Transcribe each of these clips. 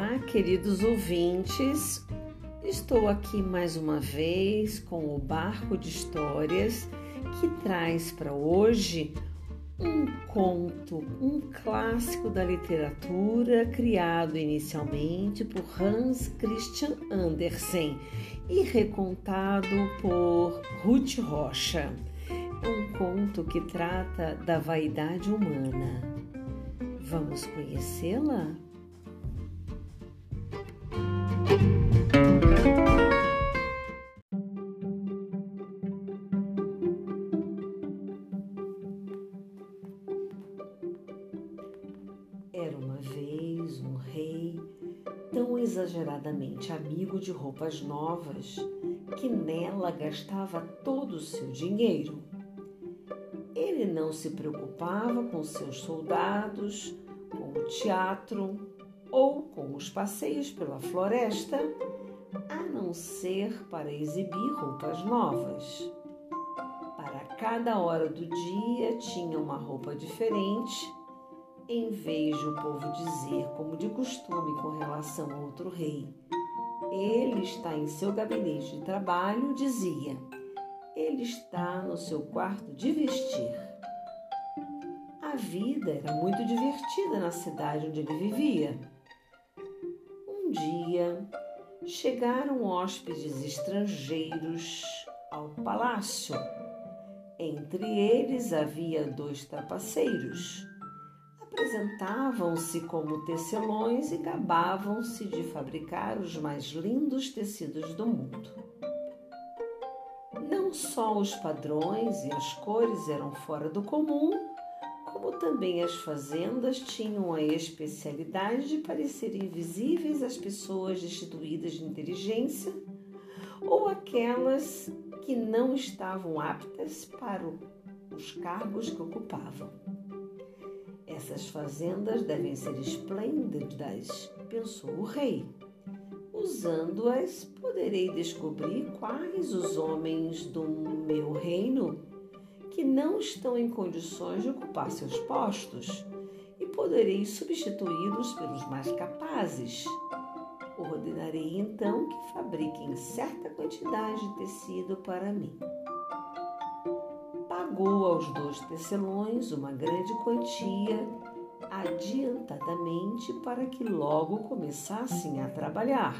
Olá, queridos ouvintes, estou aqui mais uma vez com o Barco de Histórias que traz para hoje um conto, um clássico da literatura criado inicialmente por Hans Christian Andersen e recontado por Ruth Rocha. É um conto que trata da vaidade humana. Vamos conhecê-la? Era uma vez um rei tão exageradamente amigo de roupas novas que nela gastava todo o seu dinheiro. Ele não se preocupava com seus soldados, com o teatro ou com os passeios pela floresta, a não ser para exibir roupas novas. Para cada hora do dia tinha uma roupa diferente, em vez de o povo dizer, como de costume com relação a outro rei, ele está em seu gabinete de trabalho, dizia, ele está no seu quarto de vestir. A vida era muito divertida na cidade onde ele vivia. Um dia, chegaram hóspedes estrangeiros ao palácio. Entre eles havia 2 trapaceiros. Apresentavam-se como tecelões e gabavam-se de fabricar os mais lindos tecidos do mundo. Não só os padrões e as cores eram fora do comum, como também as fazendas tinham a especialidade de parecer invisíveis às pessoas destituídas de inteligência ou aquelas que não estavam aptas para os cargos que ocupavam. Essas fazendas devem ser esplêndidas, pensou o rei. Usando-as, poderei descobrir quais os homens do meu reino que não estão em condições de ocupar seus postos e poderei substituí-los pelos mais capazes. Ordenarei então que fabriquem certa quantidade de tecido para mim. Pagou aos 2 tecelões uma grande quantia adiantadamente para que logo começassem a trabalhar.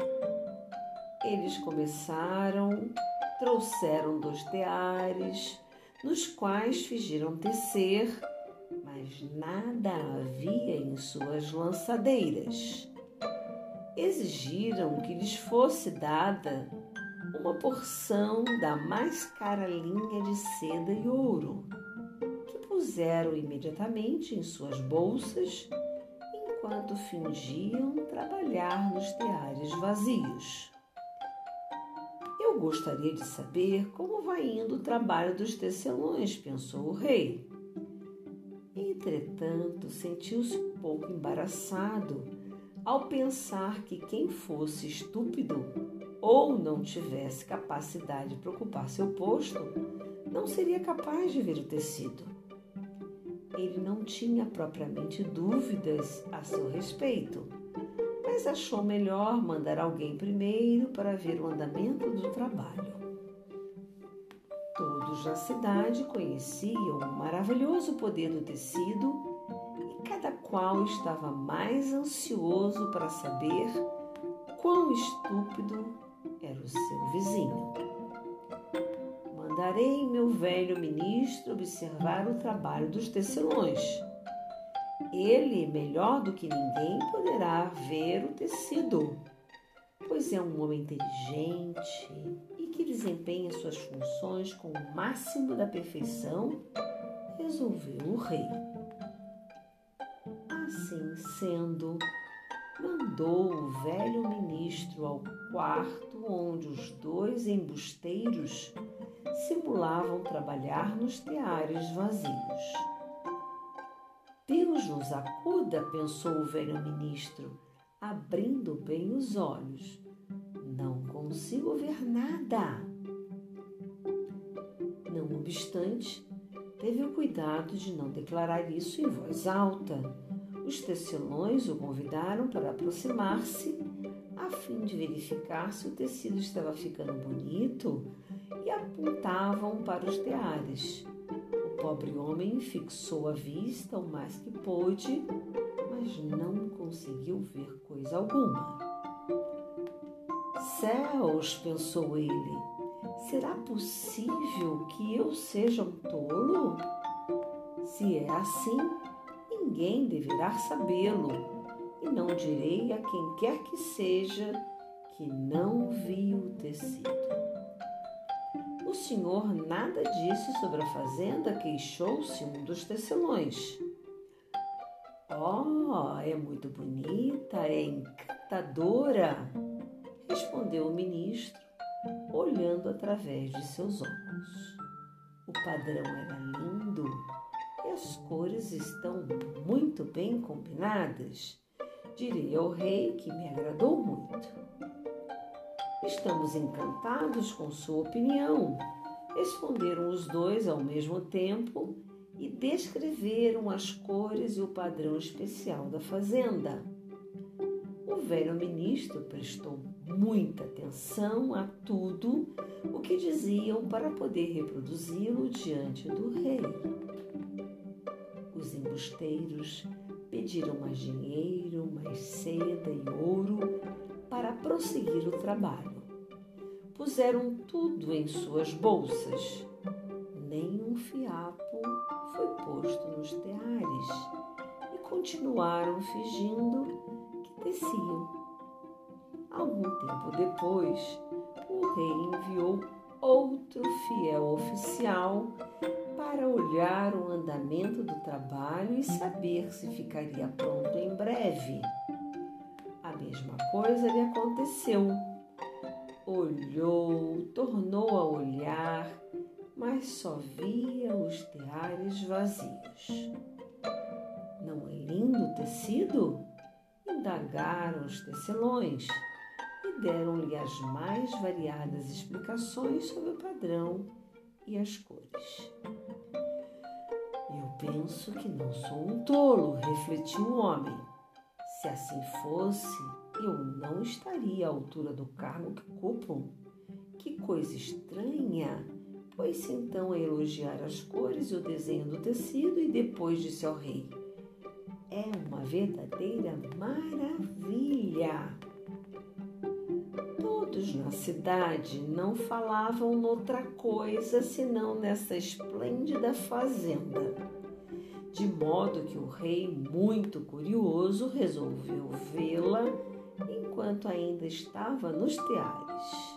Eles começaram, trouxeram 2 teares, nos quais fingiram tecer, mas nada havia em suas lançadeiras. Exigiram que lhes fosse dada uma porção da mais cara linha de seda e ouro, que puseram imediatamente em suas bolsas, enquanto fingiam trabalhar nos teares vazios. Eu gostaria de saber como vai indo o trabalho dos tecelões, pensou o rei. Entretanto, sentiu-se um pouco embaraçado ao pensar que quem fosse estúpido ou não tivesse capacidade para ocupar seu posto, não seria capaz de ver o tecido. Ele não tinha propriamente dúvidas a seu respeito, mas achou melhor mandar alguém primeiro para ver o andamento do trabalho. Todos na cidade conheciam o maravilhoso poder do tecido e cada qual estava mais ansioso para saber quão estúpido era o seu vizinho. Mandarei meu velho ministro observar o trabalho dos tecelões. Ele, melhor do que ninguém, poderá ver o tecido, pois é um homem inteligente e que desempenha suas funções com o máximo da perfeição, resolveu o rei. Assim sendo, mandou o velho ministro ao quarto onde os 2 embusteiros simulavam trabalhar nos teares vazios. Deus nos acuda, pensou o velho ministro, abrindo bem os olhos. Não consigo ver nada. Não obstante, teve o cuidado de não declarar isso em voz alta, Os tecelões o convidaram para aproximar-se a fim de verificar se o tecido estava ficando bonito e apontavam para os teares. O pobre homem fixou a vista o mais que pôde, mas não conseguiu ver coisa alguma. Céus, pensou ele, será possível que eu seja um tolo? Se é assim, ninguém deverá sabê-lo, e não direi a quem quer que seja que não vi o tecido. O senhor nada disse sobre a fazenda, queixou-se um dos tecelões. Oh, é muito bonita, é encantadora, respondeu o ministro, olhando através de seus óculos. O padrão era lindo e as cores estão muito bem combinadas. Direi ao rei que me agradou muito. Estamos encantados com sua opinião, responderam os dois ao mesmo tempo e descreveram as cores e o padrão especial da fazenda. O velho ministro prestou muita atenção a tudo o que diziam para poder reproduzi-lo diante do rei. Os embusteiros pediram mais dinheiro, mais seda e ouro para prosseguir o trabalho. Puseram tudo em suas bolsas. Nem um fiapo foi posto nos teares e continuaram fingindo que teciam. Algum tempo depois, o rei enviou outro fiel oficial para olhar o andamento do trabalho e saber se ficaria pronto em breve. A mesma coisa lhe aconteceu. Olhou, tornou a olhar, mas só via os teares vazios. Não é lindo o tecido? Indagaram os tecelões e deram-lhe as mais variadas explicações sobre o padrão e as cores. Eu penso que não sou um tolo, refletiu o homem. Se assim fosse, eu não estaria à altura do cargo que ocupam. Que coisa estranha! Pôs-se então a elogiar as cores e o desenho do tecido e depois disse ao rei: é uma verdadeira maravilha! Todos na cidade não falavam noutra coisa senão nessa esplêndida fazenda, de modo que o rei, muito curioso, resolveu vê-la enquanto ainda estava nos teares.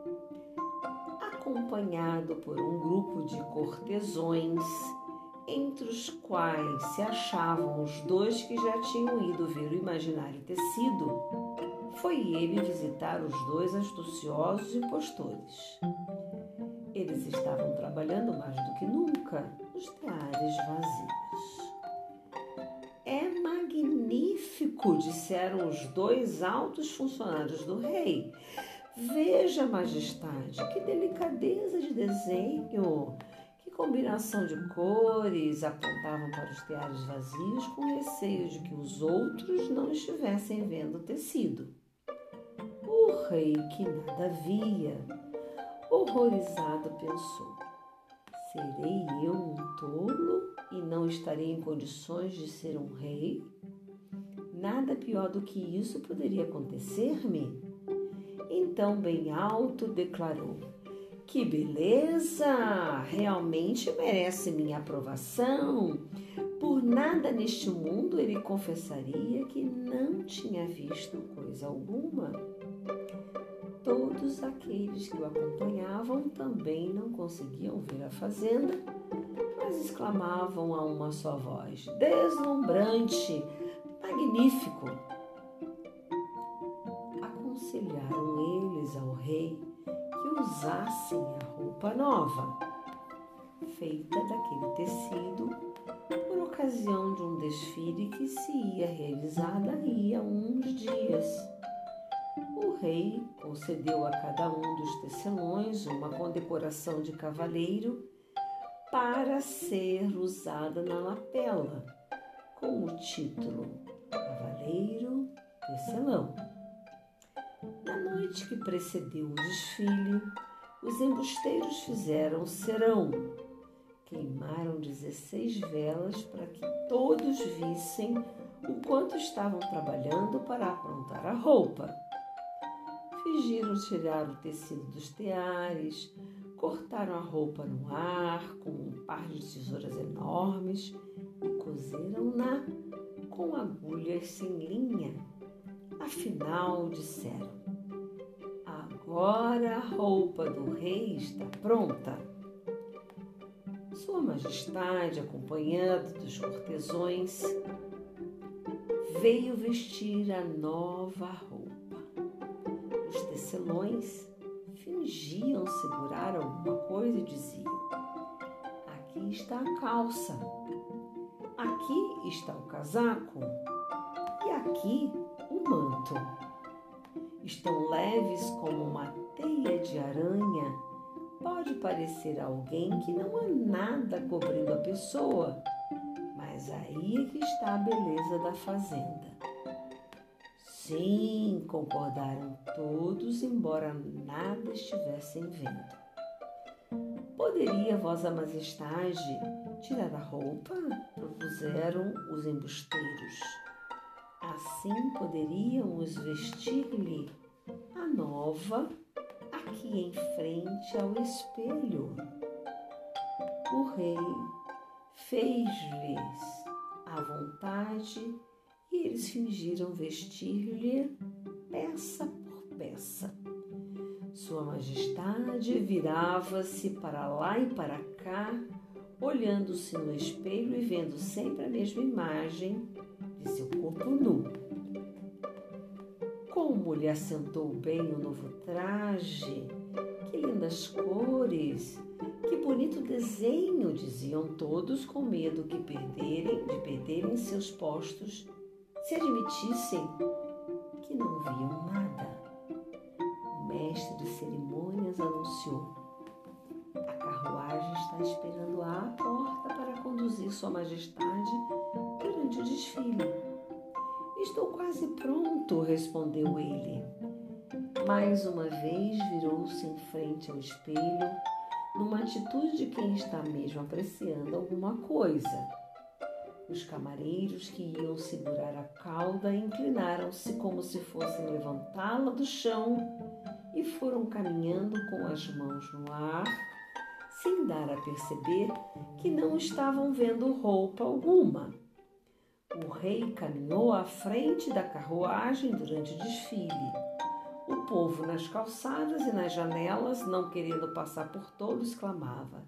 Acompanhado por um grupo de cortesões, entre os quais se achavam os dois que já tinham ido ver o imaginário tecido, foi ele visitar os dois astuciosos impostores. Eles estavam trabalhando mais do que nunca nos teares vazios. É magnífico, disseram os dois altos funcionários do rei. Veja, majestade, que delicadeza de desenho, que combinação de cores, apontavam para os teares vazios com receio de que os outros não estivessem vendo o tecido. O rei, que nada via, horrorizado, pensou: serei eu um tolo e não estarei em condições de ser um rei? Nada pior do que isso poderia acontecer-me? Então, bem alto, declarou: que beleza! Realmente merece minha aprovação. Por nada neste mundo ele confessaria que não tinha visto coisa alguma. Todos aqueles que o acompanhavam também não conseguiam ver a fazenda, mas exclamavam a uma só voz: deslumbrante! Magnífico! Aconselharam eles ao rei que usassem a roupa nova, feita daquele tecido, por ocasião de um desfile que se ia realizar dali a uns dias. O rei concedeu a cada um dos tecelões uma condecoração de cavaleiro para ser usada na lapela, com o título Cavaleiro Tecelão. Na noite que precedeu o desfile, os embusteiros fizeram serão. Queimaram 16 velas para que todos vissem o quanto estavam trabalhando para aprontar a roupa. Fingiram tirar o tecido dos teares, cortaram a roupa no ar com um par de tesouras enormes e coseram-na com agulhas sem linha. Afinal, disseram: agora a roupa do rei está pronta. Sua Majestade, acompanhada dos cortesões, veio vestir a nova roupa. Os tecelões fingiam segurar alguma coisa e diziam: aqui está a calça, aqui está o casaco e aqui o manto. Estão leves como uma teia de aranha. Pode parecer a alguém que não há nada cobrindo a pessoa, mas aí é que está a beleza da fazenda. Sim, concordaram todos, embora nada estivessem vendo. Poderia Vossa Majestade tirar a roupa? Propuseram os embusteiros. Assim poderíamos vestir-lhe a nova aqui em frente ao espelho. O rei fez-lhes à vontade e eles fingiram vestir-lhe peça por peça. Sua Majestade virava-se para lá e para cá, olhando-se no espelho e vendo sempre a mesma imagem de seu corpo nu. Como lhe assentou bem o novo traje, que lindas cores, que bonito desenho, diziam todos com medo de perderem seus postos, se admitissem que não viam nada. O mestre de cerimônias anunciou: a carruagem está esperando à porta para conduzir Sua Majestade durante o desfile. Estou quase pronto, respondeu ele. Mais uma vez virou-se em frente ao espelho, numa atitude de quem está mesmo apreciando alguma coisa. Os camareiros que iam segurar a cauda inclinaram-se como se fossem levantá-la do chão e foram caminhando com as mãos no ar, sem dar a perceber que não estavam vendo roupa alguma. O rei caminhou à frente da carruagem durante o desfile. O povo nas calçadas e nas janelas, não querendo passar por todos, clamava: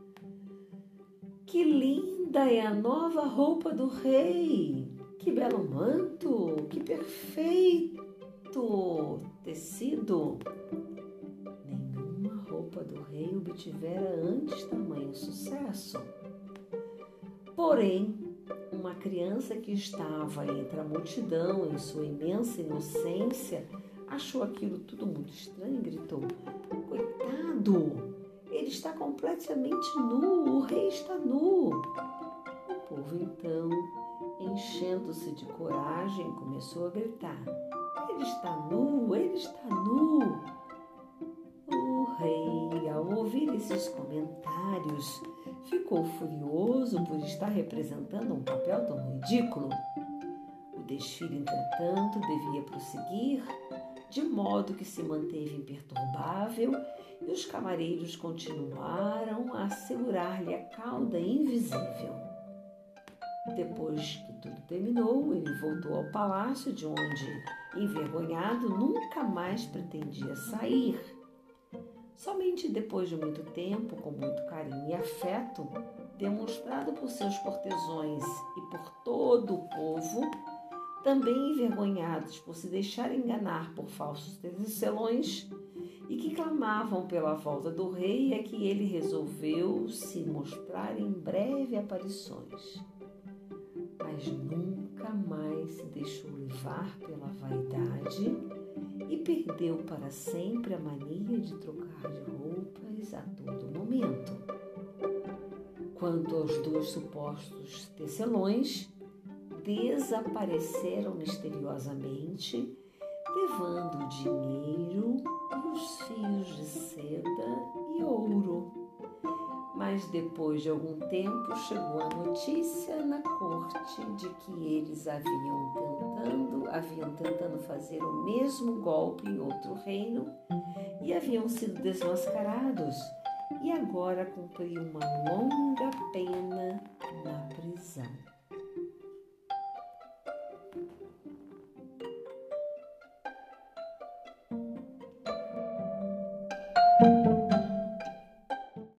que linda é a nova roupa do rei! Que belo manto! Que perfeito tecido! Nenhuma roupa do rei obtivera antes tamanho sucesso. Porém, uma criança que estava entre a multidão em sua imensa inocência achou aquilo tudo muito estranho e gritou: coitado! Ele está completamente nu! O rei está nu! O povo então, enchendo-se de coragem, começou a gritar: ele está nu! Ele está nu! O rei, ao ouvir esses comentários, ficou furioso por estar representando um papel tão ridículo. O desfile, entretanto, devia prosseguir, de modo que se manteve imperturbável e os camareiros continuaram a segurar-lhe a cauda invisível. Depois que tudo terminou, ele voltou ao palácio, de onde, envergonhado, nunca mais pretendia sair. Somente depois de muito tempo, com muito carinho e afeto, demonstrado por seus cortesões e por todo o povo, também envergonhados por se deixar enganar por falsos tecelões e que clamavam pela volta do rei, é que ele resolveu se mostrar em breve aparições. Mas nunca mais se deixou levar pela vaidade e perdeu para sempre a mania de trocar de roupas a todo momento. Quanto aos dois supostos tecelões, desapareceram misteriosamente, levando o dinheiro e os fios de seda e ouro. Mas depois de algum tempo chegou a notícia na corte de que eles haviam tentando fazer o mesmo golpe em outro reino e haviam sido desmascarados e agora cumpriam uma longa pena na prisão.